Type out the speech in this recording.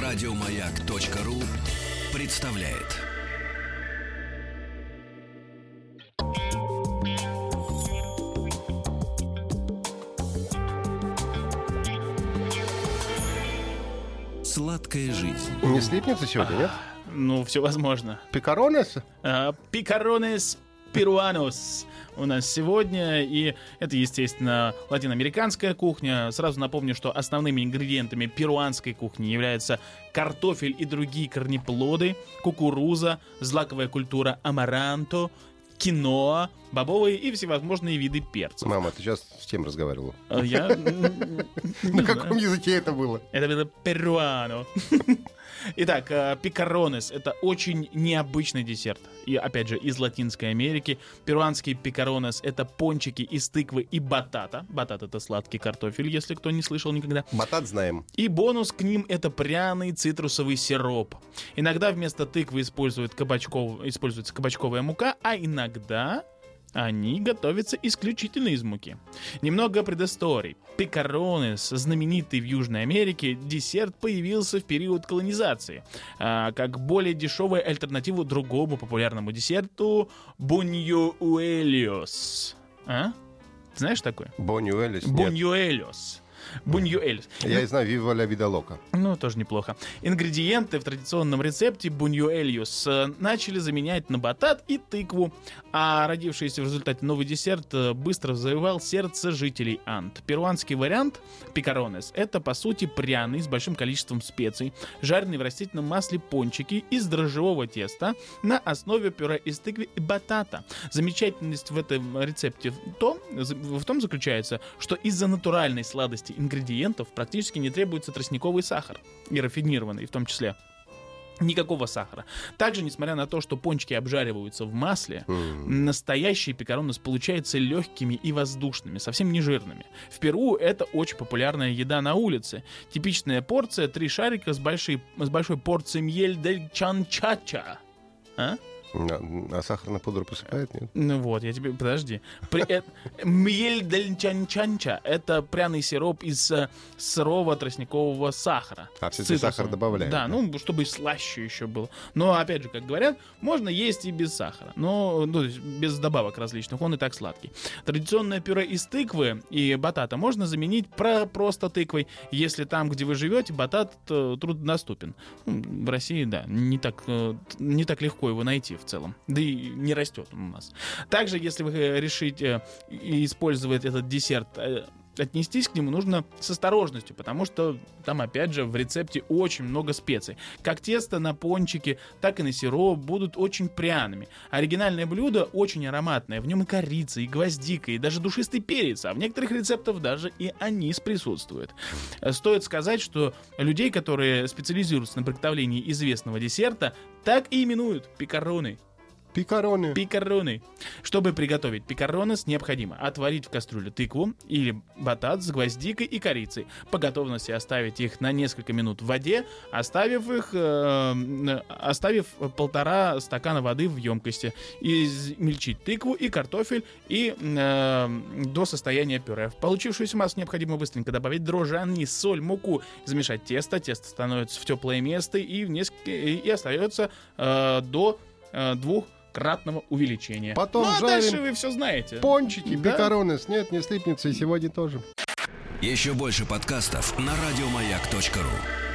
Радиомаяк.ру представляет. Сладкая жизнь. Не слипнется сегодня, нет? Ну, все возможно. Пикаронес? Пикаронес перуанос у нас сегодня. И это, естественно, латиноамериканская кухня. Сразу напомню, что основными ингредиентами перуанской кухни являются картофель и другие корнеплоды, кукуруза, злаковая культура амаранто, киноа, бобовые и всевозможные виды перцев. Мама, ты сейчас с кем разговаривала? Я... На каком языке это было? Это было перуано. Итак, пикаронес — это очень необычный десерт. И, опять же, из Латинской Америки. Перуанский пикаронес — это пончики из тыквы и батата. Батат — это сладкий картофель, если кто не слышал никогда. Батат знаем. И бонус к ним — это пряный цитрусовый сироп. Иногда вместо тыквы используется кабачковая мука, а иногда они готовятся исключительно из муки. Немного предысторий. Пикаронес, знаменитый в Южной Америке, десерт появился в период колонизации, как более дешевая альтернатива другому популярному десерту буньюэльос. Знаешь такое? Буньюэльос? Буньюэльос. Буньюэльос. Я и знаю «Вива ля вида лока». Ну, тоже неплохо. Ингредиенты в традиционном рецепте буньюэльос начали заменять на батат и тыкву, а родившийся в результате новый десерт быстро завоевал сердце жителей Анд. Перуанский вариант пикаронес — это, по сути, пряный с большим количеством специй, жареный в растительном масле пончики из дрожжевого теста на основе пюре из тыквы и батата. Замечательность в этом рецепте в том заключается, что из-за натуральной сладости ингредиентов практически не требуется тростниковый сахар, и рафинированный в том числе. Никакого сахара. Также, несмотря на то, что пончики обжариваются в масле, настоящий пикаронес получается легкими и воздушными, совсем не жирными. В Перу это очень популярная еда на улице. Типичная порция — 3 шарика с большой порцией мьель дель чанчача. А сахарную пудру посыпает, нет? Ну вот, я тебе... Подожди. Мьель дель чанчанча — это пряный сироп из сырого тростникового сахара. А все-таки сахар добавляют? Да, ну, чтобы слаще еще было. Но, опять же, как говорят, можно есть и без сахара. Но, то есть, без добавок различных. Он и так сладкий. Традиционное пюре из тыквы и батата можно заменить просто тыквой, если там, где вы живете, батат труднодоступен. В России, да, не так легко его найти в целом. Да и не растет он у нас. Также, если вы решите использовать этот десерт, отнестись к нему нужно с осторожностью, потому что там, опять же, в рецепте очень много специй. Как тесто на пончики, так и на сироп будут очень пряными. Оригинальное блюдо очень ароматное. В нем и корица, и гвоздика, и даже душистый перец. А в некоторых рецептах даже и анис присутствует. Стоит сказать, что людей, которые специализируются на приготовлении известного десерта, так и именуют пикароны. Пикароны. Чтобы приготовить пикаронес, необходимо отварить в кастрюле тыкву или батат с гвоздикой и корицей. По готовности оставить их на несколько минут в воде, оставив 1,5 стакана воды в емкости. Измельчить тыкву и картофель до состояния пюре. В получившуюся массу необходимо быстренько добавить дрожжи, анис, соль, муку, замешать тесто. Тесто становится в теплое место и остается до 2-кратного увеличения. Потом ну, а жарим дальше вы все знаете. Пончики, да? пикаронес. Нет, не слипнется и сегодня тоже. Еще больше подкастов на радиомаяк.ру.